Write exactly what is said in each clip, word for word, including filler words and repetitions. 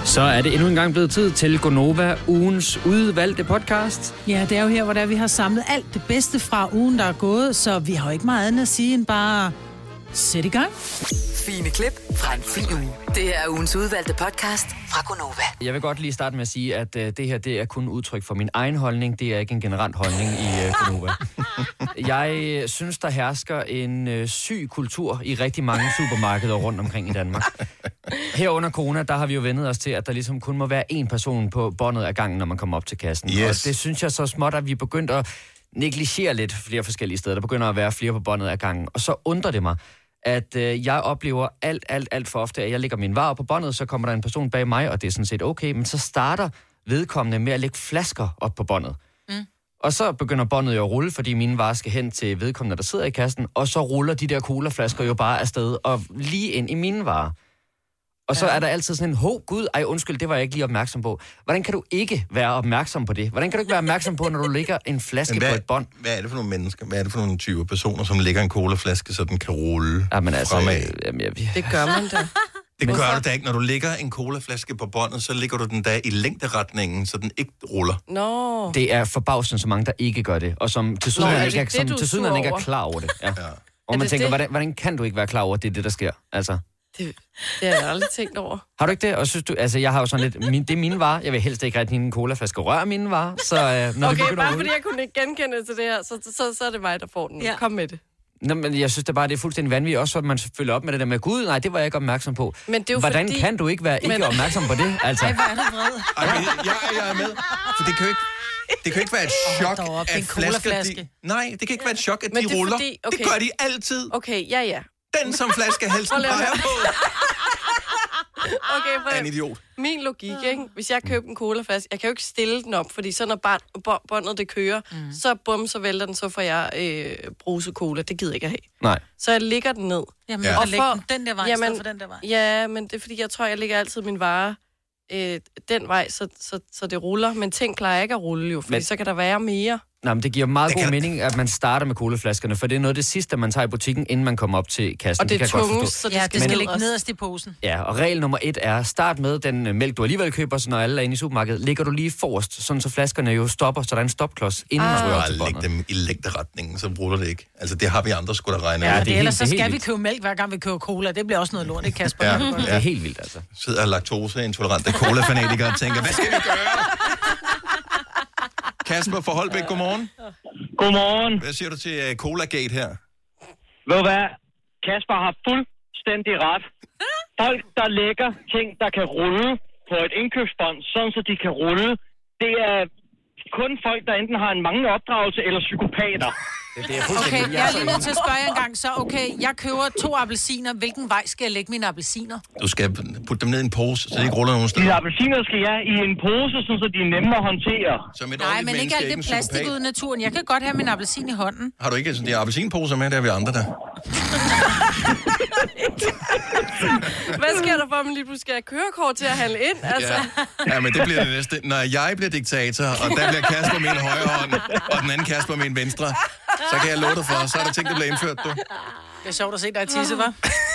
Så er det endnu en gang blevet tid til Gonova, ugens udvalgte podcast. Ja, det er jo her, hvor der vi har samlet alt det bedste fra ugen, der er gået, så vi har jo ikke meget andet at sige end bare sæt i gang. Fine klip fra en fin uge. Det er ugens udvalgte podcast fra Gonova. Jeg vil godt lige starte med at sige, at uh, det her det er kun udtryk for min egen holdning. Det er ikke en generelt holdning i uh, Gonova. Jeg synes, der hersker en uh, syg kultur i rigtig mange supermarkeder rundt omkring i Danmark. Her under corona, der har vi jo vendet os til, at der ligesom kun må være én person på båndet af gangen, når man kommer op til kassen. Yes. Og det synes jeg så småt, at vi er begyndt at negligere lidt flere forskellige steder. Der begynder at være flere på båndet af gangen. Og så undrer det mig, at øh, jeg oplever alt, alt, alt for ofte, at jeg lægger min varer på båndet, så kommer der en person bag mig, og det er sådan set okay, men så starter vedkommende med at lægge flasker op på båndet. Mm. Og så begynder båndet jo at rulle, fordi mine varer skal hen til vedkommende, der sidder i kassen, og så ruller de der colaflasker jo bare afsted, og lige ind i mine varer. Og så er der altid sådan en, hov, gud, ej undskyld, det var jeg ikke lige opmærksom på. Hvordan kan du ikke være opmærksom på det? Hvordan kan du ikke være opmærksom på, når du lægger en flaske hvad, på et bånd? Hvad er det for nogle mennesker? Hvad er det for nogle typer personer, som lægger en colaflaske, så den kan rulle ja, men altså, fremad? Jamen, jeg, jeg, det gør man da. Det gør du da ikke. Når du lægger en colaflaske på båndet, så lægger du den da i længderetningen, så den ikke ruller. Nå. Det er forbavsende så mange, der ikke gør det, og som til syden ikke, det, som, det, til syden ikke er klar over det. Ja. Ja. Og man det tænker, det? Hvordan, hvordan kan du ikke være klar over, at det er det, der sker? Altså. Det, det har jeg aldrig tænkt over. Har du ikke det? Og synes du, altså jeg har jo sådan lidt, min, det er mine varer. Jeg vil helst ikke rigtig en colaflaske røre mine varer. Så øh, når okay, det bare fordi jeg kunne ikke genkende til det her, så, så, så er det mig, der får den. Ja. Kom med det. Nå, men jeg synes det bare, det er fuldstændig vanvittigt. Også at man følger op med det der med, gud, nej, det var jeg ikke opmærksom på. Men det er jo hvordan fordi... kan du ikke være ikke men... opmærksom på det? Altså. Ej, hvor er du vred. Ej, men jeg, jeg er med. For det kan jo ikke... Det kan ikke være et chok, oh, at flasker... De, nej, det kan ikke være et chok, at de det ruller. Fordi, okay. Det gør de altid. Okay, ja, ja. Den, som flaskehalsen peger på. Okay, for en idiot. Min logik, ikke? Hvis jeg køber en colaflaske, jeg kan jo ikke stille den op, fordi så når båndet det kører, mm. så bum, så vælter den, så får jeg øh, bruse cola. Det gider jeg ikke at have. Nej. Så jeg lægger den ned. Jamen, ja. Og for, den, den der vej, jamen, for den der vej. Ja, men det er fordi, jeg tror, jeg lægger altid min vare øh, den vej, så, så, så det ruller. Men ting klarer ikke at rulle jo, fordi men... så kan der være mere. Nej, men det giver meget det god kan... mening, at man starter med colaflaskerne, for det er noget af det sidste, man tager i butikken, inden man kommer op til kassen. Og det er det kan tungt, så det ja, skal, det skal men... ligge nederst i posen. Ja, og regel nummer et er, start med den mælk, du alligevel køber, så når alle er inde i supermarkedet, ligger du lige forrest, sådan så flaskerne jo stopper, så der er en stopklods, inden ah. man rører til båndet. Læg dem i længderetningen, så bruger det ikke. Altså, det har vi andre sgu da regnet. Ja, Ja, det det er ellers helt, så det er skal vi vildt. købe mælk, hver gang vi køber cola. Det bliver også noget lort, ikke Kasper? Ja, ja. Det er helt vildt, altså. Sidder laktoseintolerante cola-fanatikere og tænker, hvad skal vi gøre? Kasper fra Holbæk, godmorgen. Godmorgen. Hvad siger du til uh, Colagate her? Ved du hvad? Kasper har fuldstændig ret. Folk, der lægger ting, der kan rulle på et indkøbsbånd, sådan så de kan rulle, det er kun folk, der enten har en manglende opdragelse eller psykopater. Det, det er okay, jeg er lige nødt til at spørge en gang. Så okay, jeg køber to appelsiner. Hvilken vej skal jeg lægge mine appelsiner? Du skal putte dem ned i en pose, så de ikke ruller nogen steder. De appelsiner skal jeg i en pose, så de er nemme at håndtere. Som et Nej, men ikke alt ikke det plastik ud i naturen. Jeg kan godt have min appelsin i hånden. Har du ikke sådan de appelsinposer med, der er vi andre der? Hvad sker der for, at man lige pludselig skal have kørekort til at handle ind? Altså. Ja. ja, men det bliver det næste. Når jeg bliver diktator, og der bliver Kasper min højre hånd, og den anden Kasper min venstre, så kan jeg love dig for, så er der ting, der bliver indført, du. Det er sjovt at se dig tisse, hva'?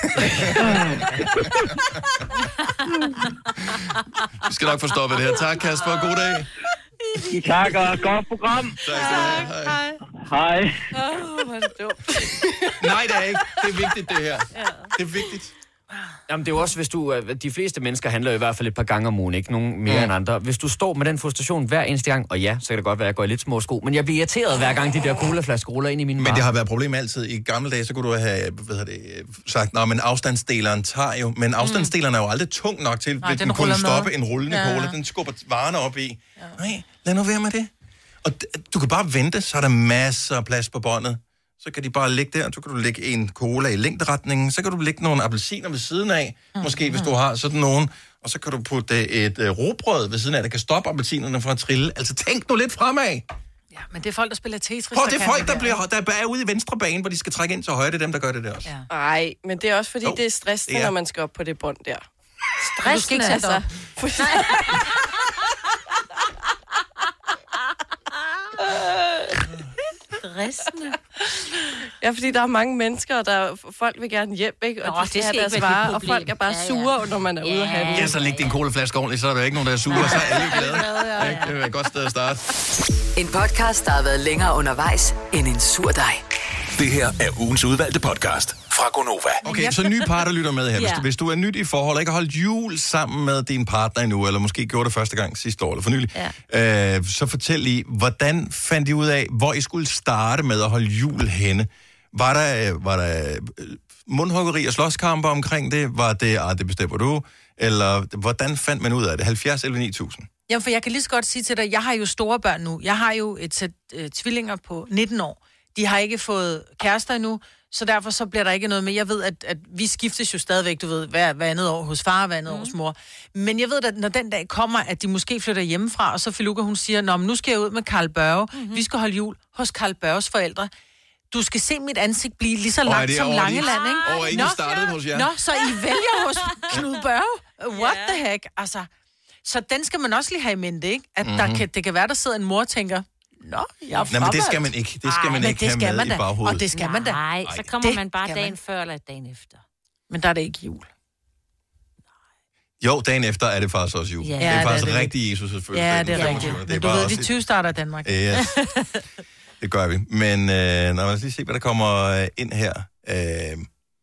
Vi skal nok få stoppet det her. Tak, Kasper. God dag. Tak, og godt program. Tak skal du have. Hej. Hej. Åh, oh, hvor er det dumt. Nej, det er ikke. Det er vigtigt, det her. Det er vigtigt. Jamen det er jo også, hvis du... De fleste mennesker handler i hvert fald et par gange om ugen, ikke nogen mere ja. end andre. Hvis du står med den frustration hver eneste gang, og ja, så kan det godt være, at jeg går i lidt små sko, men jeg bliver irriteret hver gang, de der colaflasker ruller ind i mine Men det har været et problem altid. I gamle dage, så kunne du have hvad det, sagt, nå, men afstandsdeleren tager jo... Men afstandsdeleren er jo aldrig tung nok til, at den kunne stoppe med. En rullende ja. cola. Den skubber varerne op i. Ja. Nej, lad nu være med det. Og du kan bare vente, så er der masser af plads på båndet. Så kan de bare ligge der, så kan du lægge en cola i længderetningen, så kan du lægge nogle appelsiner ved siden af, mm. måske hvis du har sådan nogen, og så kan du putte et uh, rugbrød ved siden af, der kan stoppe appelsinerne fra at trille. Altså tænk nu lidt fremad. Ja, men det er folk, der spiller Tetris. Prøv, det er folk, der, bliver, der er ude i venstre bane, hvor de skal trække ind til højre, det er dem, der gør det der også. Nej, ja. Men det er også fordi, jo, det er stressende, når man skal op på det bånd der. Stressende, altså. Stressende. Ja, fordi der er mange mennesker, og der folk vil gerne hjem, ikke? Og Nå, de skal det have skal deres ikke være varer, dit og problem. folk er bare Ja, ja. sure, når man er ude at handle. Ja, så læg din colaflaske ordentligt, så er der ikke nogen, der er sure, så er alle glade. Det er et godt sted at starte. En podcast, der har været længere undervejs end en sur dej. Det her er ugens udvalgte podcast fra Gonova. Okay, så nye par, der lytter med her. Hvis, Ja. du, hvis du er nyt i forhold og ikke har holdt jul sammen med din partner endnu, eller måske gjorde det første gang sidste år, eller for nylig, ja. øh, så fortæl lige, hvordan fandt I ud af, hvor I skulle starte med at holde jul henne? Var der, var der mundhuggeri og slåskamper omkring det? Var det, ah, det bestemmer du? Eller hvordan fandt man ud af det? halvfjerds eller ni tusind? Jamen, for jeg kan lige så godt sige til dig, jeg har jo store børn nu. Jeg har jo et sæt øh, tvillinger på nitten år. De har ikke fået kærester endnu, så derfor så bliver der ikke noget med. Jeg ved, at, at vi skiftes jo stadigvæk, du ved, hver, hver andet år hos far, hver andet mm. år hos mor. Men jeg ved, at når den dag kommer, at de måske flytter hjemmefra, og så Filuka, hun siger, nå, men nu skal jeg ud med Carl Børge. Mm-hmm. Vi skal holde jul hos Carl Børges forældre. Du skal se mit ansigt blive lige så langt som Langeland, ikke? Og inden I startede hos jer. Nå, så I vælger hos Knud Børge? What yeah. the heck? Altså, så den skal man også lige have i mente, ikke? At mm-hmm. der kan, det kan være, der sidder en mor og tænker, nå, jeg er Nej, men det skal man ikke. Det skal man Ej, ikke det have skal med man i da. baghovedet. Og det skal man da. Nej, så kommer Det man bare skal dagen man. før eller dagen efter. Men der er det ikke jul. Jo, dagen efter er det faktisk også jul. Ja, det er det faktisk er det. rigtig Jesus' fødselsdag. Ja, den det er femogtyvende. rigtigt. Det er Men du bare ved, også de tyve starter i Danmark. Yes. Det gør vi. Men øh, lad os lige se, hvad der kommer øh, ind her. Øh,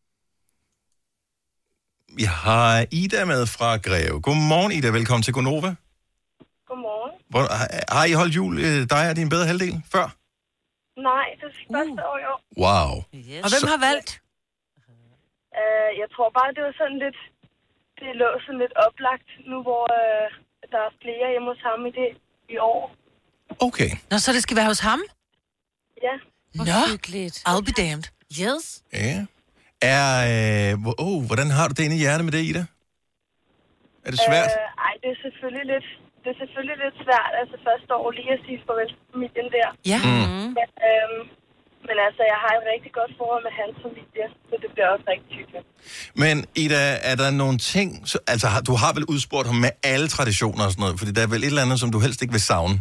vi har Ida med fra Greve. Godmorgen, Ida. Velkommen til Gonova. Godmorgen. Hvor, har, har I holdt jul, øh, dig og din bedre halvdel, før? Nej, det er første år i år. Wow. Yes. Og hvem har valgt? Uh, jeg tror bare, det var sådan lidt... Det lå sådan lidt oplagt nu, hvor uh, der er flere hjemme hos ham i det i år. Okay. Nå, så det skal være hos ham? Ja. Hvor Nå, hyggeligt. I'll be damned. Yes. Ja. Er, øh, hvor- oh, hvordan har du det inde i hjertet med det, Ida? Er det svært? Uh, ej, det er selvfølgelig lidt... Det er selvfølgelig lidt svært, altså første år lige at sige farvel til familien der. Ja. Mm. Men, øhm, men altså, jeg har et rigtig godt forhold med hans familie, så det bliver også rigtig hyggeligt. Men Ida, er der nogle ting... Så, altså, har- du har vel udspurgt ham med alle traditioner og sådan noget, fordi der er vel et eller andet, som du helst ikke vil savne?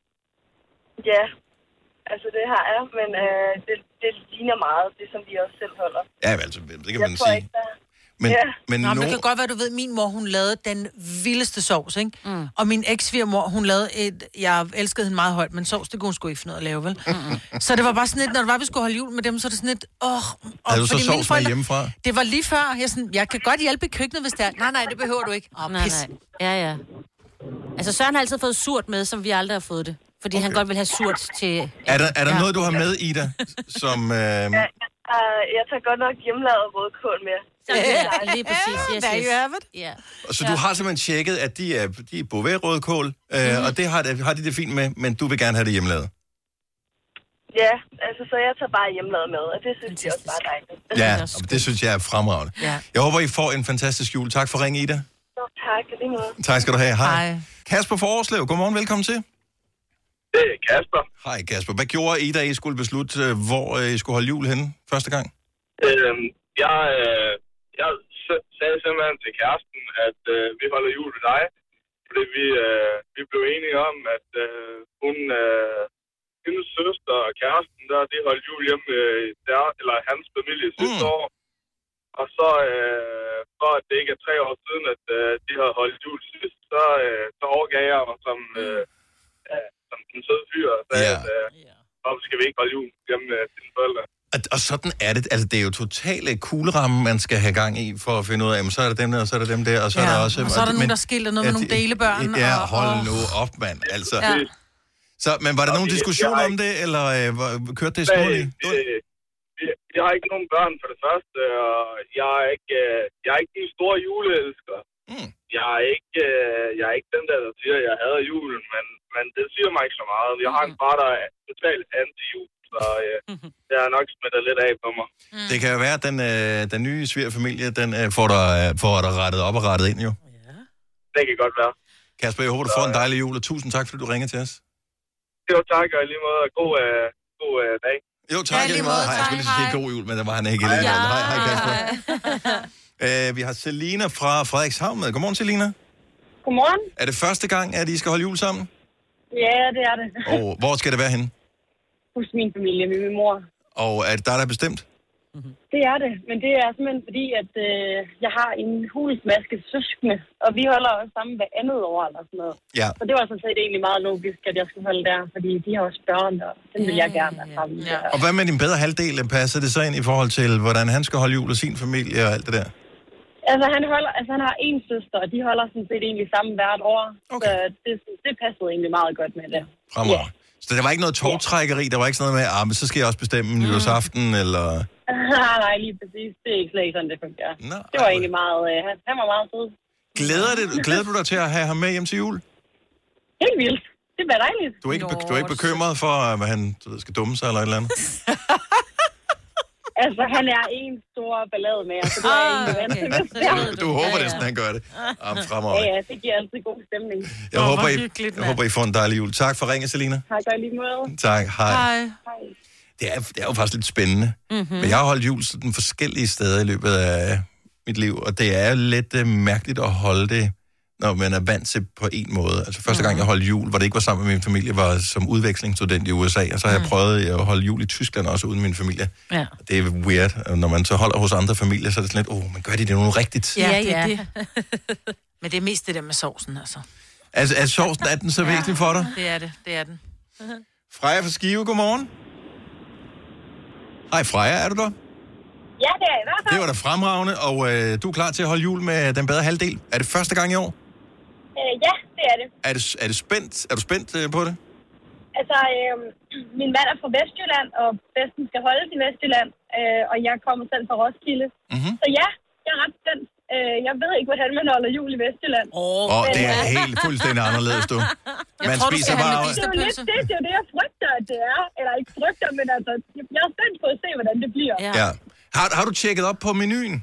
Ja, altså det har jeg, men øh, det, det ligner meget det, som vi også selv holder. Ja, altså, det kan Jeg man tror sige. ikke, der... Men, Ja. men Nå, men no... det kan godt være, du ved, min mor, hun lavede den vildeste sovs, ikke? Mm. Og min eks-svigermor, hun lavede et... Jeg elskede hende meget højt, men sovs, det kunne hun sgu ikke finde ud af at lave, vel? Mm. Så det var bare sådan lidt, når det var, vi skulle holde jul med dem, så er det sådan lidt... Åh, Havde du så fordi mine sovs med hjemmefra? Det var lige før, jeg, sådan, jeg kan godt hjælpe i køkkenet, hvis det er... Nej, nej, det behøver du ikke. Åh, Nej, pis. nej. Ja, ja. Altså, Søren har altid fået surt med, som vi aldrig har fået det. Fordi okay. han godt vil have surt til... Er der, er der Ja. noget, du har med, Ida, som... Øh... Ja, uh, jeg tager godt nok hjemmelavet rødkål med. Ja, lige præcis. Yes, There yes. you have it. Ja. Så du har simpelthen tjekket, at de er, de er Beauvais-rødkål, øh, mm-hmm. og det har, det har de det fint med, men du vil gerne have det hjemmelavet. Ja, altså så jeg tager bare hjemmelavet med, og det synes jeg også bare er dejligt. Ja, og det synes jeg er fremragende. Ja. Jeg håber, I får en fantastisk jul. Tak for ringen, Ida. Så tak, lige måde. Tak skal du have. Hej. Hej. Kasper fra Årslev, godmorgen, velkommen til. Det er Kasper. Hej Kasper. Hvad gjorde I, da I skulle beslutte, øh, hvor øh, I skulle holde jul henne første gang? Øhm, jeg, øh, jeg s- sagde simpelthen til kæresten, at øh, vi holder jul ved dig. Fordi vi, øh, vi blev enige om, at øh, hun, øh, hendes søster og kæresten, der, de holdt jul hjemme med der, eller hans familie sidste Mm. år. Og så, øh, for at det ikke er tre år siden, at øh, de har holdt jul sidst, så, øh, så overgav jeg mig som, øh, ja, som den søde fyr og sagde, Ja. at øh, hvorfor skal vi ikke holde jul hjemme med sine forældre? Og, og sådan er det. Altså, det er jo totalt kugleramme, man skal have gang i, for at finde ud af, jamen, så er der dem der, og så er der dem der, og så Ja, er der også... og så er der nogen, der skilter noget med nogle delebørn, Ja, og- hold og- nu op, mand. Altså. Ja. Så, men var der Og nogen vi- diskussion jeg- om det, eller øh, var- kørte det Nej, småligt? det- jeg, jeg har ikke nogen børn for det første, og jeg er ikke, øh, jeg er ikke den store juleelsker. Mm. Jeg er ikke, øh, jeg er ikke den der, der siger, at jeg hader julen, men, men det siger mig ikke så meget. Jeg har en far, der er totalt anti-jul, så øh, det har nok smittet lidt af på mig. Mm. Det kan jo være, at den, øh, den nye svigerfamilie, den øh, får, dig, øh, får dig rettet op og rettet ind, jo. Det kan godt være. Kasper, jeg håber, du får en dejlig jul, og tusind tak, fordi du ringer til os. Jo, tak, og i lige måde, god, øh, god øh, dag. Jo, tak. Ja, Ja, lige måde. måde. Hej, jeg skulle lige sige Hej. god jul, men der var han ikke i lige. Hej, hej Kasper. Uh, vi har Selina fra Frederikshavn med. Godmorgen, Selina. Godmorgen. Er det første gang, at I skal holde jul sammen? Ja, det er det. Og hvor skal det være henne? Hos min familie med min mor. Og er det dig, der er bestemt? Det er det, men det er simpelthen fordi, at øh, jeg har en hulsmaske søskende, og vi holder også sammen hver andet år eller sådan noget. Ja. Så det var sådan set egentlig meget logisk, at jeg skulle holde der, fordi de har også børn, og den vil jeg gerne være sammen. Ja. Og hvad med din bedre halvdel? Passer det så ind i forhold til, hvordan han skal holde jul og sin familie og alt det der? Altså, han, holder, altså, han har en søster, og de holder sådan set egentlig sammen hvert år. Okay. Så det, det passede egentlig meget godt med det. Fremragende. Ja. Så der var ikke noget togtrækkeri? Der var ikke sådan noget med, ah, men så skal jeg også bestemme mm. nytårsaften, eller... Nej, nej, lige præcis. Det er ikke slet ikke sådan, det fungerer. No, det var egentlig meget... Øh, han, han var meget sød. Glæder, det, glæder du dig til at have ham med hjem til jul? Helt vildt. Det bliver dejligt. Du er ikke, du er ikke bekymret for, at han du ved, skal dumme sig eller et eller andet? Altså, han er en stor ballade med, så det er ah, egentlig vant til. Okay. Du, du håber ja, ja. Sådan, han gør det. Am, fremover. Ja, ja, det giver altid god stemning. Jeg, oh, håber, I, jeg håber, I får en dejlig jul. Tak for ringen, Selina. Tak, og lige måde. Tak, hej. Hej. Det er, det er jo faktisk lidt spændende. Mm-hmm. Men jeg har holdt jul sådan forskellige steder i løbet af mit liv, og det er lidt uh, mærkeligt at holde det, når man er vant til på en måde. Altså første gang, jeg holdt jul, hvor det ikke var sammen med min familie, var som udvekslingsstudent i U S A, og så har jeg prøvet at holde jul i Tyskland også uden min familie. Ja. Det er weird. Når man så holder hos andre familier, så er det sådan lidt, åh, oh, man gør de det nu rigtigt? Ja, det er det. Men det er mest det der med sovsen, altså. Altså, er sovsen, er den så vigtig ja, for dig? Det er det, det er den. Freja fra Skive, godmorgen. Hej Freja, er du der? Ja, det er i hvert fald. Det var da fremragende, og øh, du er klar til at holde jul med den bedre halvdel. Er det første gang i år? Øh, ja, det er det. Er, det, er, det spændt? Er du spændt øh, på det? Altså, øh, min mand er fra Vestjylland, og festen skal holdes i Vestjylland, øh, og jeg kommer selv fra Roskilde. Mm-hmm. Så ja, jeg er ret spændt. Øh, jeg ved ikke, hvordan man holder jul i Vestjylland. Åh, oh, oh, det er helt fuldstændig anderledes, du. Man tror, spiser du bare... Det er jo lidt det, det er jo det, jeg frygter, at det er. Eller ikke frygter, men altså, jeg er spændt på at se, hvordan det bliver. Ja. ja. Har, har du tjekket op på menuen?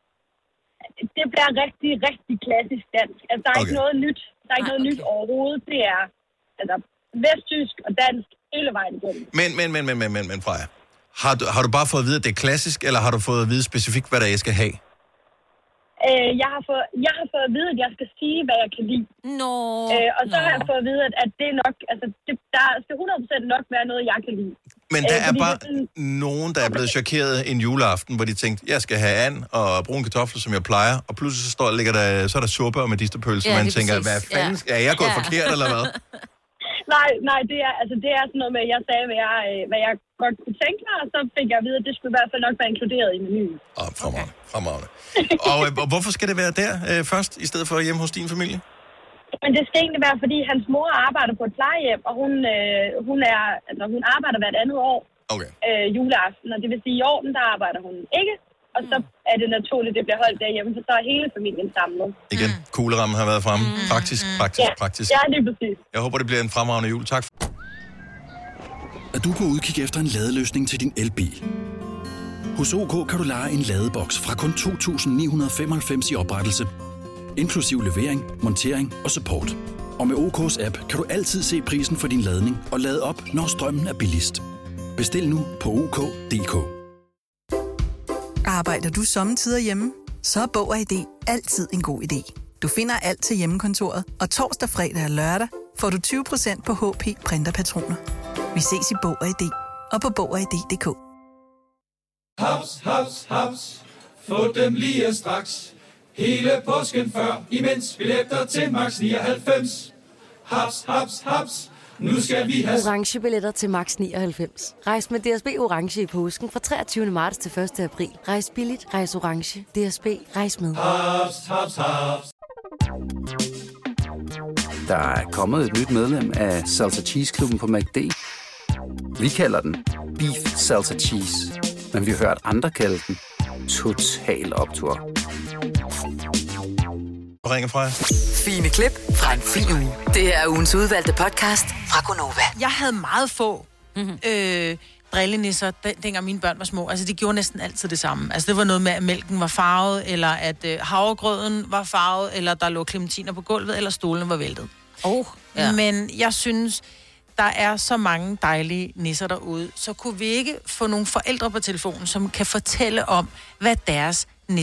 Det bliver rigtig, rigtig klassisk dansk. Altså, der er okay. ikke noget nyt. Der er ikke noget okay. nyt overhovedet. Det er altså, vesttysk og dansk hele vejen igennem. Men, men, men, men, men, men, men Freja. Har du, har du bare fået at vide, at det er klassisk, eller har du fået at vide specifikt, hvad der er, jeg skal have? Øh, jeg, har fået, jeg har fået at vide, at jeg skal sige, hvad jeg kan lide. Nå. Øh, og så Nå. har jeg fået at vide, at, at det er nok, altså, det, der skal hundrede procent nok være noget, jeg kan lide. Men der øh, er bare sådan... nogen, der er blevet chokeret en juleaften, hvor de tænkte, jeg skal have and og brune kartofler, som jeg plejer, og pludselig så, står, ligger der, så er der suppe og medisterpølse, ja, og man tænker, præcis. Hvad fanden, ja. Er jeg gået ja. forkert, eller hvad? Nej, nej, det er, altså, det er sådan noget med, at jeg sagde, hvad jeg, hvad jeg godt kunne tænke mig, og så fik jeg at vide, at det skulle i hvert fald nok være inkluderet i menuen. Åh, oh, fremragende, okay. fremragende. og, og hvorfor skal det være der øh, først, i stedet for hjemme hos din familie? Men det skal egentlig være, fordi hans mor arbejder på et plejehjem, og hun, øh, hun, er, altså, hun arbejder hvert andet år okay. øh, juleaften, og det vil sige, i år, der arbejder hun ikke. Og så er det naturligt, det bliver holdt derhjemme, så så er hele familien samlet. Igen, kuglerammen har været fremme. Mm. Praktisk, praktisk, ja. praktisk. Ja, det er præcis. Jeg håber, det bliver en fremragende jul. Tak. Er du på udkig efter en ladeløsning til din elbil? Hos O K kan du leje en ladeboks fra kun to tusind ni hundrede femoghalvfems i oprettelse, inklusiv levering, montering og support. Og med O K's app kan du altid se prisen for din ladning og lade op, når strømmen er billigst. Bestil nu på O K punktum D K. Arbejder du sommetider hjemme? Så er Bog og I D altid en god idé. Du finder alt til hjemmekontoret, og torsdag, fredag og lørdag får du tyve procent på H P printerpatroner. Vi ses i Bog og I D og på bog og i d punktum d k. Haps, haps, haps. Få dem lige straks. Hele påsken før, imens billetter til max nioghalvfems. Haps, haps, haps. Nu skal vi have orange billetter til max nioghalvfems. Rejs med D S B orange i påsken fra treogtyvende marts til første april. Rejs billigt, rejs orange. D S B, rejs med. Haps, haps, haps. Der er kommet et nyt medlem af Salsa Cheese Klubben på McD. Vi kalder den Beef Salsa Cheese, men vi har hørt andre kalde den Total Optur. Ringe fra Fine klip fra en fin uge. Det er ugens udvalgte podcast fra Gonova. Jeg havde meget få mm-hmm. øh, drillenisser, dengang mine børn var små. Altså, de gjorde næsten altid det samme. Altså, det var noget med, at mælken var farvet, eller at øh, havregrøden var farvet, eller der lå klementiner på gulvet, eller stolene var væltet. Oh, ja. Men jeg synes, der er så mange dejlige nisser derude, så kunne vi ikke få nogle forældre på telefonen, som kan fortælle om, hvad deres nisser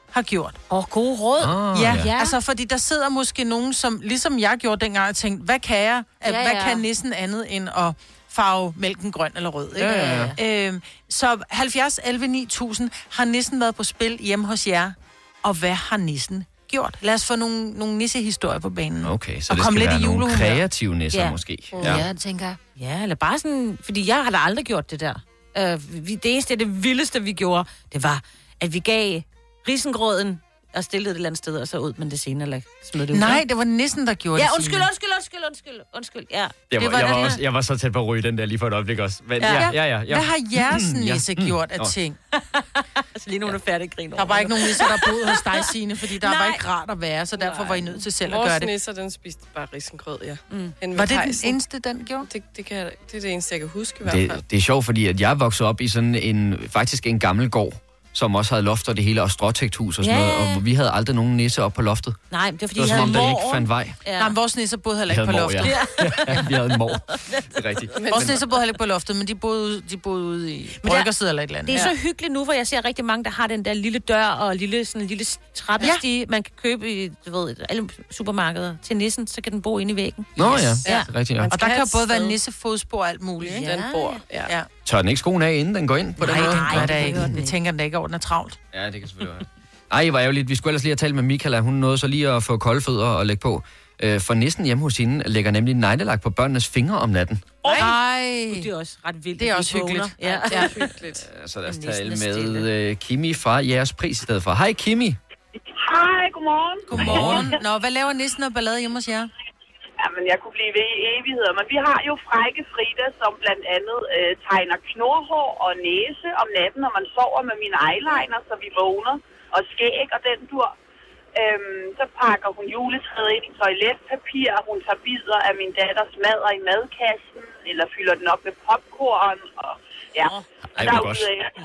har gjort. Åh, oh, gode råd. Oh, ja, ja. ja, altså fordi der sidder måske nogen, som ligesom jeg gjorde dengang, og tænkte, hvad kan jeg? Ja, Hvad ja. kan nissen andet end at farve mælken grøn eller rød? Ikke? Ja, ja, Øhm, så halvfjerds elleve ni tusind har nissen været på spil hjemme hos jer. Og hvad har nissen gjort? Lad os få nogle, nogle nissehistorier på banen. Okay, så og det kom skal lidt være i nogle julehumør. kreative nisser Ja. måske. Ja, ja tænker jeg. Ja, eller bare sådan... Fordi jeg har da aldrig gjort det der. Uh, vi, det eneste, det vildeste, vi gjorde, det var, at vi gav risengrøden og stillede det et eller andet sted, og så ud, men det senere eller smed det ud. Nej, det var nissen, der gjorde Ja, det. undskyld, Signe. undskyld, undskyld, undskyld, undskyld, ja. Jeg var, Det var jeg, var det. også, jeg var så tæt på at ryge den der lige for et øjeblik også. Men, Ja. ja, ja, ja, ja. Hvad har jeres Mm, ja. nisse gjort af Nå. ting? Altså lige nu er du færdig grin Der var bare ikke nogen nisser, der boede hos dig, Signe, fordi der Nej. var ikke rart at være, så derfor var I nødt til selv at Vores gøre det. nisser, den spiste bare risengrød, ja. Mm. Var det den eneste, den gjorde? Det, det, kan, jeg- det er det eneste, jeg kan huske i hvert fald. Det, det er sjovt, fordi at jeg voksede op i sådan en, faktisk en gammel gård, som også havde loft og det hele, og stråtægthus og sådan Ja. noget, og vi havde aldrig nogen nisse op på loftet. Nej, det var fordi, Det var jeg som havde om, der mor. ikke fandt vej. Ja. Nej, men vores nisser boede heller Vi ikke på havde mor, loftet. ja. Ja, vi havde en mor. Det er rigtigt. Vores nisser boede heller ikke på loftet, men de boede, ude- de boede ude i der- bryggersiden eller et eller andet. Det er så hyggeligt nu, hvor jeg ser rigtig mange, der har den der lille dør og lille, sådan en lille trappestige, man kan købe i, du ved, alle supermarkeder til nissen, så kan den bo inde i væggen. Nå ja, Ja. det er rigtigt. Ja. Og der have kan jo et både være sted. nissefodspor og alt muligt, ikke? Den bor, ja. Ja. Tør den ikke skoen af, inden den går ind på Nej, den måde? den gør det det gør ikke. den Jeg tænker den ikke over, den er travlt. Ja, det kan selvfølgelig være. Ej, var ærgerligt. Vi skulle ellers lige have talt med Michaela. Hun nåede så lige at få kolde fødder og lægge på. Øh, For nissen hjemme hos hende lægger nemlig neglelak på børnenes fingre om natten. Ej, Det er også ret vildt. det er at også de vågner. hyggeligt. Ja. Ja. Hyggeligt. Øh, Så lad os Nissen tale er med stille. øh, Kimi fra jeres pris i stedet for. Hej Kimi. Hej, godmorgen. Godmorgen. Nå, hvad laver nissen og ballade hjemme hos jer? Jamen, jeg kunne blive ved i evigheder, men vi har jo frække Frida, som blandt andet øh, tegner knorhår og næse om natten, når man sover med mine eyeliner, så vi vågner, og skæg og den dur. Øhm, så pakker hun juletræet ind i toiletpapir, hun tager bidder af min datters madder i madkassen, eller fylder den op med popcorn, og ja. Ej, hvor godt.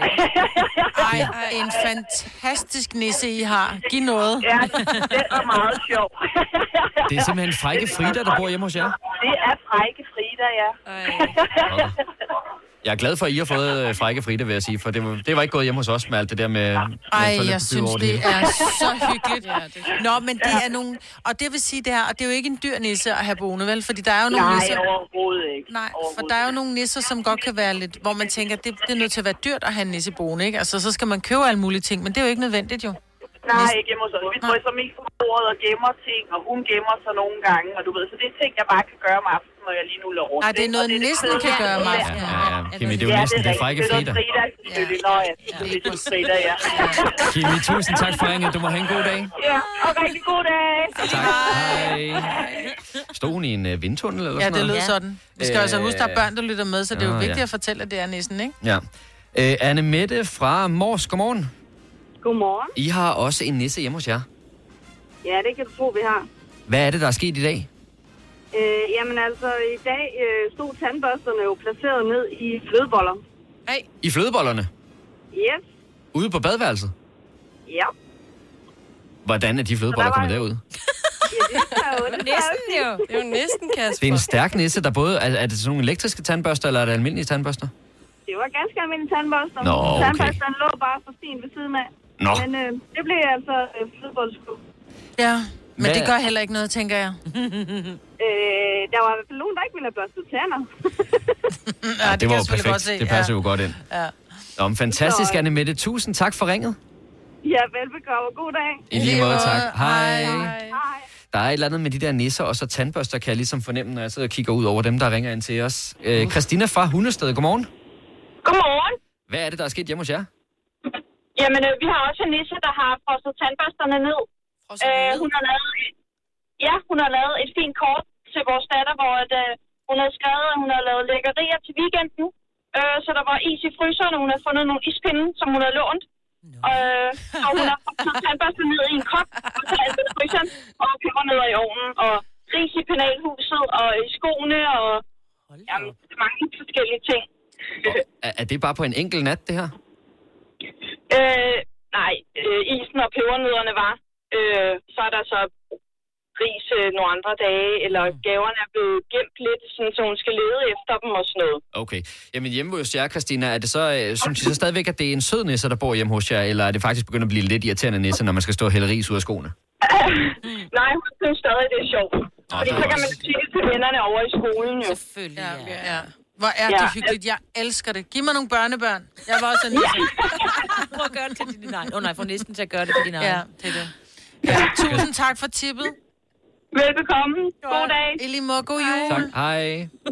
Ej, en fantastisk nisse, I har. Giv noget. Ja, det er meget sjov. Det er simpelthen Frække Frida, der bor hjemme hos jer. Det er frække Frida, ja. Jeg er glad for, at I har fået øh, Frække Frida, vil jeg sige, for det var, det var ikke gået hjemme hos os med alt det der med... med Ej, toiletpapir jeg synes, over det hele. er så hyggeligt. Nå, men det er nogle... Og det vil sige det her, og det er jo ikke en dyr nisse at have boende, vel? Fordi der er jo nogle Nej, nisser... overhovedet ikke. Nej, for der er jo nogle nisser, som godt kan være lidt... Hvor man tænker, det, det er nødt til at være dyrt at have en nisse boende, ikke? Altså, så skal man købe alle mulige ting, men det er jo ikke nødvendigt, jo. Nej, ikke hjemme hos os. Vi drysser mest på bordet og gemmer ting, og hun gemmer sig nogle gange, og du ved, så det er ting, jeg bare kan gøre om aftenen, når jeg lige nu løber rundt. Nej, det er noget, nissen kan gøre om aftenen. Ja, ja, Kimi, det er jo næsten det er Frække Frida. Det er Frida, selvfølgelig. Nå ja, det er Frida, ja. Kimi, tusind tak for ringet. Du må have en god dag. Ja, og rigtig god dag. Tak. Hej. Stod hun i en uh, vindtunnel eller Ja, sådan det noget? lød sådan. Vi skal også huske, der er børn, der lytter med, så det er jo Nå, vigtigt ja. at fortælle, at det er nissen, ikke? Ja. Øh, Anne Mette fra Mors, godmorgen. Godmorgen. I har også en nisse hjemme hos jer. Ja, det kan du tro, vi har. Hvad er det, der er sket i dag? Øh, jamen altså, i dag øh, stod tandbørsterne jo placeret ned i flødeboller. Hey. I flødebollerne? Yes. Ude på badeværelset? Ja. Hvordan er de flødeboller var- kommet derud? Ja, det er jo det. Næsten jo. Det er jo næsten, Kasper. Det er en stærk nisse, der både... Er, er det sådan nogle elektriske tandbørster, eller er det almindelige tandbørster? Det var ganske almindelige tandbørster. Nå, okay. Tandbørsterne lå bare for fint ved siden af. Nå. Men øh, det blev altså øh, flødebolleskud. Ja, men Hvad- det gør heller ikke noget, tænker jeg. Øh, der var i hvert fald nogen, der ikke ville have børstet tænder. Ja, det, kan var jeg jo selvfølgelig perfekt. godt se, Det passer ja. jo godt ind. Ja. Nå, men fantastisk, Så- Anne Mette. Tusind tak for ringet. Ja, velbekomme. God dag. I lige måde, tak. Hej. Hej. Der er et eller andet med de der nisser og så tandbørster, kan jeg ligesom fornemme, når jeg sidder og kigger ud over dem, der ringer ind til os. Øh, Christina fra Hundested, godmorgen. Godmorgen. Hvad er det, der er sket hjemme hos jer? Jamen, øh, vi har også en nisse, der har frosset tandbørsterne ned. Øh, hun har lavet, ja, hun har lavet et fint kort til vores datter, hvor at, øh, hun har skrevet, at hun har lavet lækkerier til weekenden. Øh, så der var is i fryseren, og hun har fundet nogle ispinde, som hun har lånt. Øh, og hun har fået tandbørsten ned i en kop, og så alt i fryseren, og peber ned i ovnen, og ris i penalhuset, og i skoene, og jamen, mange forskellige ting. Er, er det bare på en enkelt nat, det her? Øh, nej, øh, isen og pebernødderne var. Øh, så er der så ris øh, nogle andre dage, eller gaverne er blevet gemt lidt, sådan, så hun skal lede efter dem og sådan noget. Okay. Jamen hjemme hos jer, Christina, er det så, øh, synes I så stadigvæk, at det er en sød nisse, der bor hjemme hos jer, eller er det faktisk begyndt at blive lidt irriterende nisse, når man skal stå og hælde ris ud af skoene? Nej, hun synes stadig, det er sjovt. Nå, fordi så kan man sige det til vennerne over i skolen jo. Selvfølgelig, ja. ja. Hvor er det hyggeligt. Jeg elsker det. Giv mig nogle børnebørn. Jeg var også en nisse. Prøv at gøre det til din egen. Åh oh, nej, få næsten til at gøre det til din egen. Ja, det er det. Ja, tusind tak for tippet. Velbekomme. God dag. I lige måde. God jul. Tak. Hej.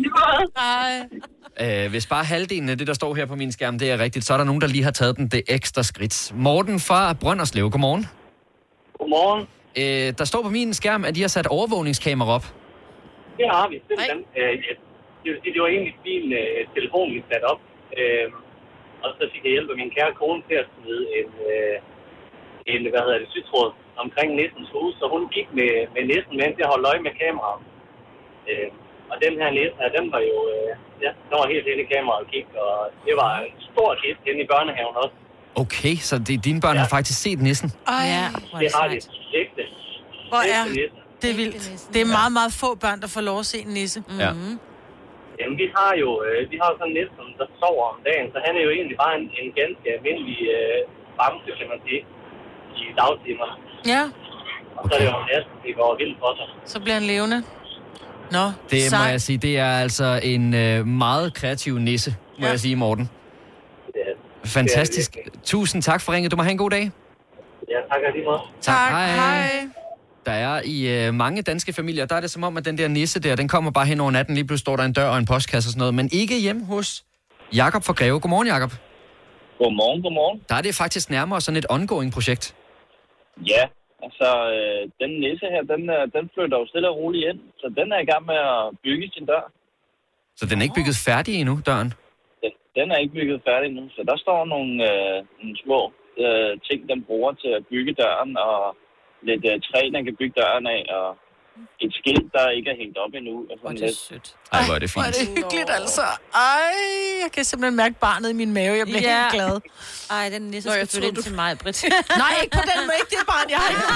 Hej. Øh, hvis bare halvdelen af det, der står her på min skærm, det er rigtigt, så er der nogen, der lige har taget den det ekstra skridt. Morten fra Brønderslev, godmorgen. Godmorgen. Øh, der står på min skærm, at de har sat overvågningskamera op. Det har vi. Simpelthen. Øh, det, det, det var egentlig min øh, telefon, vi satte op. Øh, og så fik jeg hjælp af min kære kone til at smide en, øh, en hvad hedder det, sygtråd omkring nissens hus. Så hun gik med, med nissen, mens jeg holdt øje med kameraet. Øh, og den her nisse her, den var jo øh, ja, den var helt inde i kameraet og kig. Og det var en stor hit inde i børnehaven også. Okay, så det, dine børn ja. har faktisk set nissen? Ej, ja, det har de. Ægte. Hvor er det er vildt. Det er meget, meget få børn, der får lov at se en nisse. Mm-hmm. Ja. Jamen, vi har jo øh, vi har jo sådan en nisse, der sover om dagen, så han er jo egentlig bare en, en ganske almindelig øh, bamse, kan man sige, i dagtimerne. Ja. Og så er det jo næsten, det går vildt for sig. Så bliver han levende. Nå, det sej. må jeg sige, det er altså en øh, meget kreativ nisse, må ja. jeg sige, Morten. Ja. Fantastisk. Tusind tak for ringet. Du må have en god dag. Ja, tak lige meget. Tak. tak. Hej. Hej. Der er i øh, mange danske familier, der er det som om, at den der nisse der, den kommer bare hen over natten. Lige pludselig står der en dør og en postkasse og sådan noget. Men ikke hjemme hos Jakob fra Greve. Godmorgen, Jakob. Godmorgen, godmorgen. Der er det faktisk nærmere sådan et ongoing-projekt. Ja, altså øh, den nisse her, den, den flytter jo stille og roligt ind. Så den er i gang med at bygge sin dør. Så den er ikke bygget færdig endnu, døren? Den, den er ikke bygget færdig endnu. Så der står nogle, øh, nogle små øh, ting, den bruger til at bygge døren, og lidt øh, træ, den kan bygge døren af, og et skilt, der ikke er hængt op endnu. Og det er sødt. Ej, hvor er det fint. Hvor er det hyggeligt, altså. Ej, jeg kan simpelthen mærke barnet i min mave. Jeg bliver ja. helt glad. Ej, den nisse skal flytte ind du... til mig, Britt. Nej, ikke på den måde. Ikke det barn, jeg har ikke.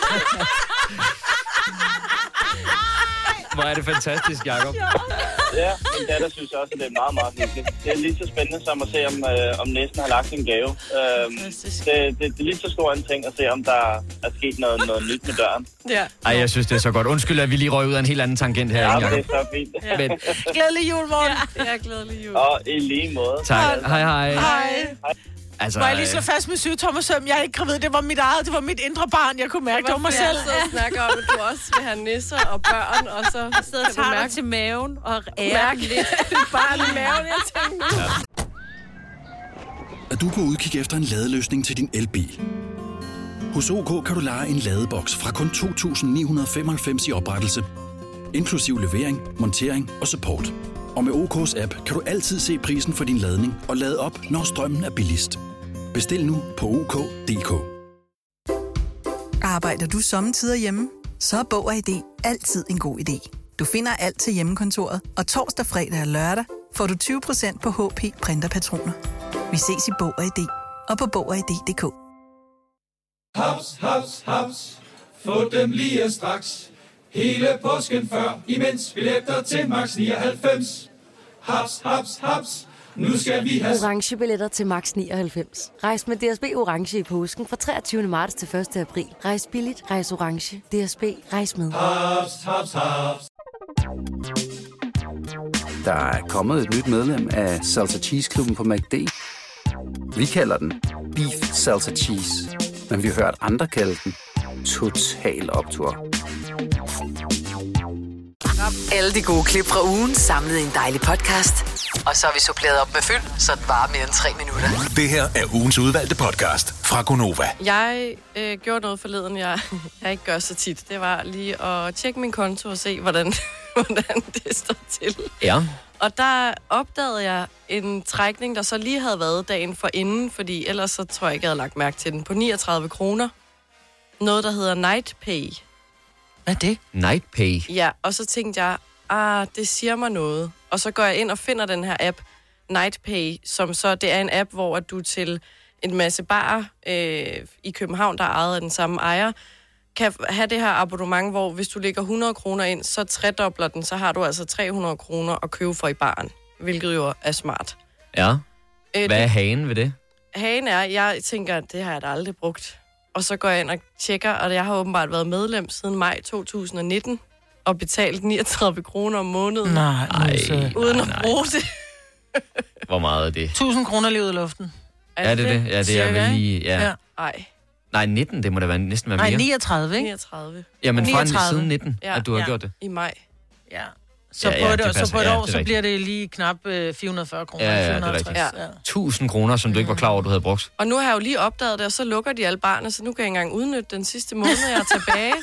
Hvor er det fantastisk, Jacob. Ja, min datter synes også, at det er meget, meget hyggeligt. Det er lige så spændende som at se, om, øh, om næsten har lagt en gave. Øhm, det, det, det er lige så stor en ting at se, om der er sket noget, noget nyt med døren. Ja. Ej, jeg synes, det er så godt. Undskyld, at vi lige røg ud af en helt anden tangent her. Ja, Jacob. det er så fint. Ja. Men... Glædelig jul, morgen. Ja, ja, glædelig jul. Og i lige måde. Tak. Hej, hej. Hej. Hej. Altså, må jeg lige slå fast med syv tommer søm? Jeg er ikke gravid. Det var mit eget. Det var mit indre barn. Jeg kunne mærke, det var, det var mig selv. Jeg snakker om, at du også vil have nisser og børn, og så sidder og tager dig til maven og ærer lidt. Barn i maven, jeg tænkte. Ja. Er du på udkig efter en ladeløsning til din elbil? Hos O K kan du leje en ladeboks fra kun to tusind ni hundrede femoghalvfems i oprettelse, inklusiv levering, montering og support. Og med O K's app kan du altid se prisen for din ladning og lade op, når strømmen er billigst. Bestil nu på O K punktum D K. Arbejder du sommetider hjemme? Så er Bog og I D altid en god idé. Du finder alt til hjemmekontoret, og torsdag, fredag og lørdag får du tyve procent på H P printerpatroner. Vi ses i Bog og I D og på Bog og I D punktum D K. Haps, haps, haps. Få dem lige straks. Hele påsken før, imens billetter til max nioghalvfems. Haps, haps, haps. Nu skal vi have orange billetter til max nioghalvfems. Rejs med D S B orange i påsken fra treogtyvende marts til første april. Rejs billigt, rejs orange. D S B, rejs med. Haps, haps, haps. Der er kommet et nyt medlem af Salsa Cheese Klubben på McD. Vi kalder den Beef Salsa Cheese, men vi har hørt andre kalde den Total Optur. Alle de gode klip fra ugen samlet i en dejlig podcast. Og så har vi suppleret op med fyld, så det varer mere end tre minutter. Det her er ugens udvalgte podcast fra Gonova. Jeg øh, gjorde noget forleden, jeg, jeg ikke gør så tit. Det var lige at tjekke min konto og se, hvordan, hvordan det står til. Ja. Og der opdagede jeg en trækning, der så lige havde været dagen for inden, fordi ellers så tror jeg ikke, jeg havde lagt mærke til den, på niogtredive kroner. Noget, der hedder Nightpay. Hvad er det? Nightpay? Ja, og så tænkte jeg, ah, det siger mig noget. Og så går jeg ind og finder den her app, Nightpay, som så, det er en app, hvor du til en masse barer øh, i København, der er ejet af den samme ejer, kan have det her abonnement, hvor hvis du lægger hundrede kroner ind, så tredobler den, så har du altså tre hundrede kroner at købe for i baren, hvilket jo er smart. Ja. Øh, Hvad er hagen ved det? Hagen er, jeg tænker, det har jeg da aldrig brugt. Og så går jeg ind og tjekker, og jeg har åbenbart været medlem siden maj to tusind nitten, og betalt niogtredive kroner om måneden. Nej, Ej, uden at nej. bruge det. Hvor meget er det? tusind kroner lige ud af luften. Er det det? Ja, det er vel lige... Ja. Ja. Ej. Nej, nitten, det må da være, næsten være mere. Nej, niogtredive, ikke? niogtredive. Jamen fra niogtredive. siden nitten, Ja. at du har Ja. gjort det. I maj. Ja. Så Ja, på ja, et, det så passer. på et Ja, år, det er så rigtigt. bliver det lige knap øh, fire hundrede og fyrre kroner. Ja, ja, det er fire hundrede og rigtigt. halvtreds, ja. tusind kroner, som du ikke var klar over, du havde brugt. Og nu har jeg jo lige opdaget det, og så lukker de alle barne, så nu kan jeg ikke engang udnytte den sidste måned, jeg er tilbage.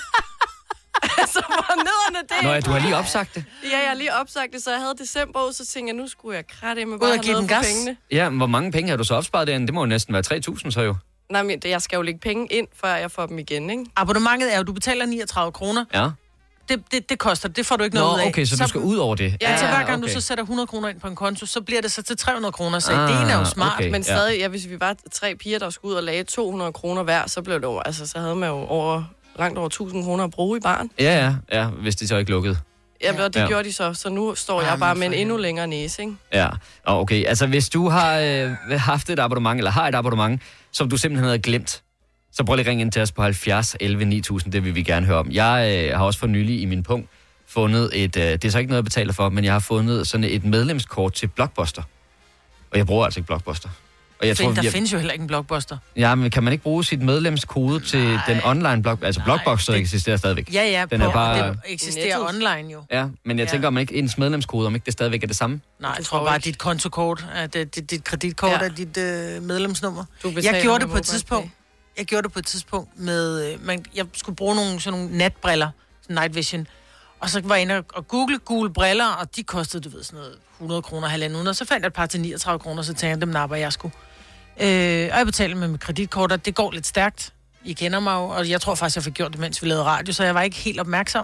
Altså, hvor nederne det? Nå ja, du har lige opsagt det. Ja, jeg har lige opsagt det, så jeg havde december, så tænkte jeg, nu skulle jeg kratte med Ud bare og have give noget den for gas. pengene. Ja, men hvor mange penge har du så opsparet derinde? Det må jo næsten være tre tusind så jo. Nej, men det- jeg skal jo lægge penge ind, før jeg får dem igen, ikke? Abonnementet er jo, du betaler niogtredive kroner. Ja. Det, det, det koster, det får du ikke Nå, noget ud af. okay, så du skal ud over det. Ja, så hver gang okay. du så sætter hundrede kroner ind på en konto, så bliver det så til tre hundrede kroner. Så Ah, ideen er jo smart. okay. Men Ja. stadig, ja, hvis vi var tre piger, der skulle ud og lage to hundrede kroner hver, så blev det jo, altså, så havde man jo over, langt over tusind kroner at bruge i barn. Ja, ja, ja, hvis det så ikke lukkede. Ja, og det Ja. gjorde de så, så nu står Ah, jeg bare men med en for endnu længere næse, ikke? Ja, og okay. Altså, hvis du har øh, haft et abonnement, eller har et abonnement, som du simpelthen havde glemt, så prøv lige at ringe ind til os på halvfjerds elleve ni tusind, det vil vi gerne høre om. Jeg øh, har også for nylig i min punkt fundet et, øh, det er så ikke noget, jeg betaler for, men jeg har fundet sådan et medlemskort til Blockbuster. Og jeg bruger altså ikke Blockbuster. Og jeg Find, tror, der jeg, findes jo heller ikke en blockbuster. ja, men kan man ikke bruge sit medlemskode til den online blog? Altså, Blockbuster det- eksisterer stadigvæk. Ja, ja, Den på, er bare... det eksisterer Netto. online jo. Ja, men jeg Ja. tænker, om man ikke ens medlemskode, om ikke det stadigvæk er det samme. Nej, jeg Du tror får bare, ikke- at dit kontokort, at dit, dit, dit kreditkort Ja. er dit øh, medlemsnummer. Du betaler Jeg gjorde med det på et MobilePay. tidspunkt. Jeg gjorde det på et tidspunkt med, øh, man, jeg skulle bruge nogle, sådan nogle natbriller, sådan night vision, og så var jeg inde og- og google gule briller, og de kostede, du ved, sådan noget hundrede kroner, halvanden hundrede, så fandt jeg et par til niogtredive kroner, så tænkte jeg, dem napper jeg skulle. Øh, og jeg betalte med mit kreditkort, og det går lidt stærkt. I kender mig jo, og jeg tror faktisk, jeg fik gjort det, mens vi lavede radio, så jeg var ikke helt opmærksom.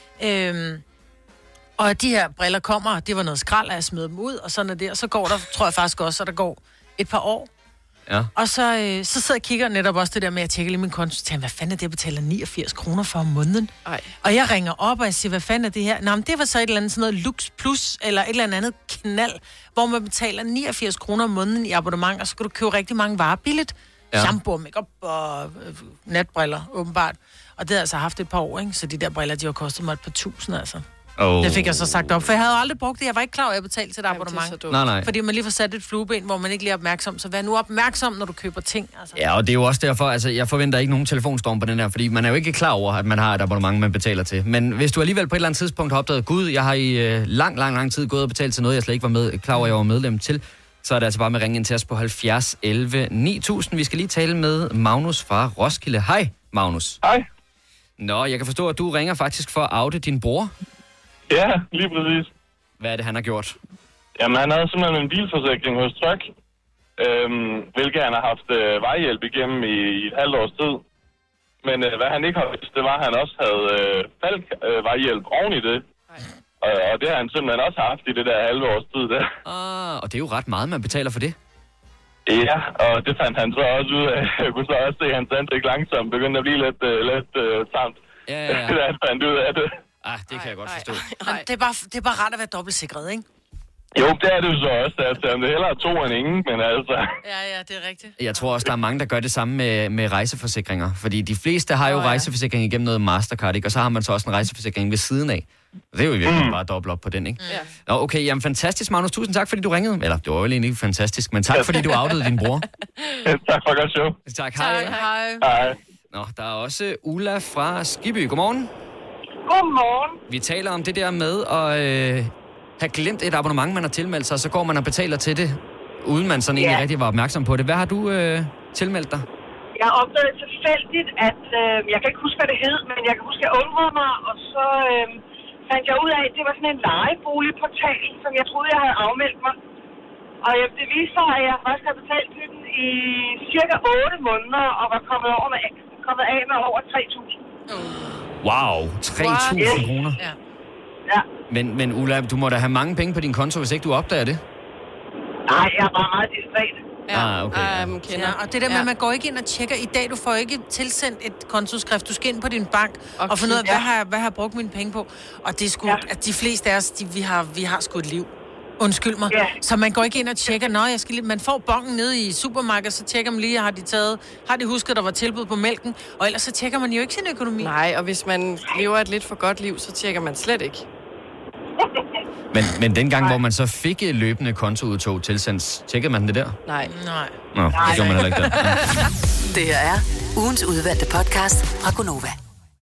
Øh, og de her briller kommer, og det var noget skrald, og jeg smed dem ud, og sådan er det. Og så går der, tror jeg faktisk også, at der går et par år. Ja. Og så, øh, så sidder jeg og kigger netop også det der med, at jeg tjekker lige min konto, så tænker jeg, hvad fanden er det, jeg betaler niogfirs kroner for om måneden? Ej. Og jeg ringer op, og jeg siger, hvad fanden er det her? Nå, men det var så et eller andet sådan noget Lux Plus, eller et eller andet knald, hvor man betaler niogfirs kroner om måneden i abonnement, og så kan du købe rigtig mange varer billigt. Ja. Ja. Shampoo, makeup og øh, natbriller, åbenbart. Og det har jeg altså haft et par år, ikke? Så de der briller, de har kostet mig et par tusind, altså. Oh. Det fik jeg så sagt op, for jeg havde jo aldrig brugt det. Jeg var ikke klar over, at jeg betalte til et Ej, det er abonnement. så dumt. Nej, nej. Fordi man lige får sat et flueben, hvor man ikke lige er opmærksom. Så vær nu opmærksom, når du køber ting. Altså. Ja, og det er jo også derfor, altså jeg forventer ikke nogen telefonstorm på den her, fordi man er jo ikke klar over, at man har et abonnement, man betaler til. Men hvis du alligevel på et eller andet tidspunkt har opdaget, gud, jeg har i øh, lang, lang, lang tid gået og betalt til noget, jeg slet ikke var med, klar over, at jeg var medlem til, så er det altså bare med at ringe ind til os på halvfjerds elleve ni tusind. Vi skal lige tale med Magnus fra Roskilde. Hej, Magnus. Hej. Nå, jeg kan forstå, at du ringer faktisk for at oute din bror. Ja, lige præcis. Hvad er det, han har gjort? Jamen, han havde simpelthen en bilforsikring hos Truck, øhm, hvilket han har haft øh, vejhjælp igennem i, i et halvt års tid. Men øh, hvad han ikke har vidst, det var, at han også havde øh, falk øh, vejhjælp oven i det. Og, og det har han simpelthen også haft i det der halve års tid der. Ah, og det er jo ret meget, man betaler for det. Ja, og det fandt han så også ud af. Jeg kunne så også se, at hans ansigt langsomt begyndte at blive lidt, øh, lidt øh, tamt. Ja, ja, ja. Da han fandt ud af det. Ah, det kan jeg godt forstå. Men det, er bare, det er bare rart at være dobbeltsikret, ikke? Jo, det er det jo så også. Altså, det er hellere to end ingen, men altså... Ja, ja, det er rigtigt. Jeg tror også, der er mange, der gør det samme med, med rejseforsikringer. Fordi de fleste har jo Åh, oh, ja. rejseforsikring igennem noget Mastercard, ikke? Og så har man så også en rejseforsikring ved siden af. Det er jo i virkeligheden mm. bare dobbelt op på den, ikke? Ja. Nå, okay, jamen fantastisk, Magnus. Tusind tak, fordi du ringede. Eller, det var jo egentlig ikke fantastisk, men tak, fordi du outede din bror. Tak for godt show. Tak, hej. Hej. Hej. Nå, der er også Ulla fra Skiby. Godmorgen. Godmorgen. Vi taler om det der med at øh, have glemt et abonnement, man har tilmeldt sig, og så går man og betaler til det, uden man sådan egentlig Ja. rigtig var opmærksom på det. Hvad har du øh, tilmeldt dig? Jeg opdagede tilfældigt, at øh, jeg kan ikke huske, hvad det hed, men jeg kan huske, at jeg undrede mig, og så øh, fandt jeg ud af, at det var sådan en lejeboligportal, som jeg troede, jeg havde afmeldt mig. Og øh, det viste sig, at jeg faktisk havde betalt til den i cirka otte måneder, og var kommet, over med, kommet af med over tre tusind. Wow, tre tusind kroner. Ja. Ja. Men, men Ulla, du må da have mange penge på din konto, hvis ikke du opdager det. Nej, jeg er bare meget distræt. Ah, okay. Um, kender. Ja, og det der med, Ja. at man går ikke ind og tjekker. I dag, du får ikke tilsendt et kontoskrift. Du skal ind på din bank og, og finde ud af, ja. hvad har, jeg, hvad har jeg brugt mine penge på. Og det er sgu, ja. at de fleste af os, de, vi, har, vi har sgu et liv. Undskyld mig. Ja. Så man går ikke ind og tjekker. Nå, jeg skal lige... Man får bongen nede i supermarkedet, så tjekker man lige, har de taget... Har de husket, der var tilbud på mælken? Og ellers så tjekker man jo ikke sin økonomi. Nej, og hvis man lever et lidt for godt liv, så tjekker man slet ikke. Men, men dengang, hvor man så fik løbende kontoudtog tilsendt, tjekkede man det der? Nej. Nej. Nå, det gjorde man heller ikke der. Det her er ugens udvalgte podcast fra Gonova.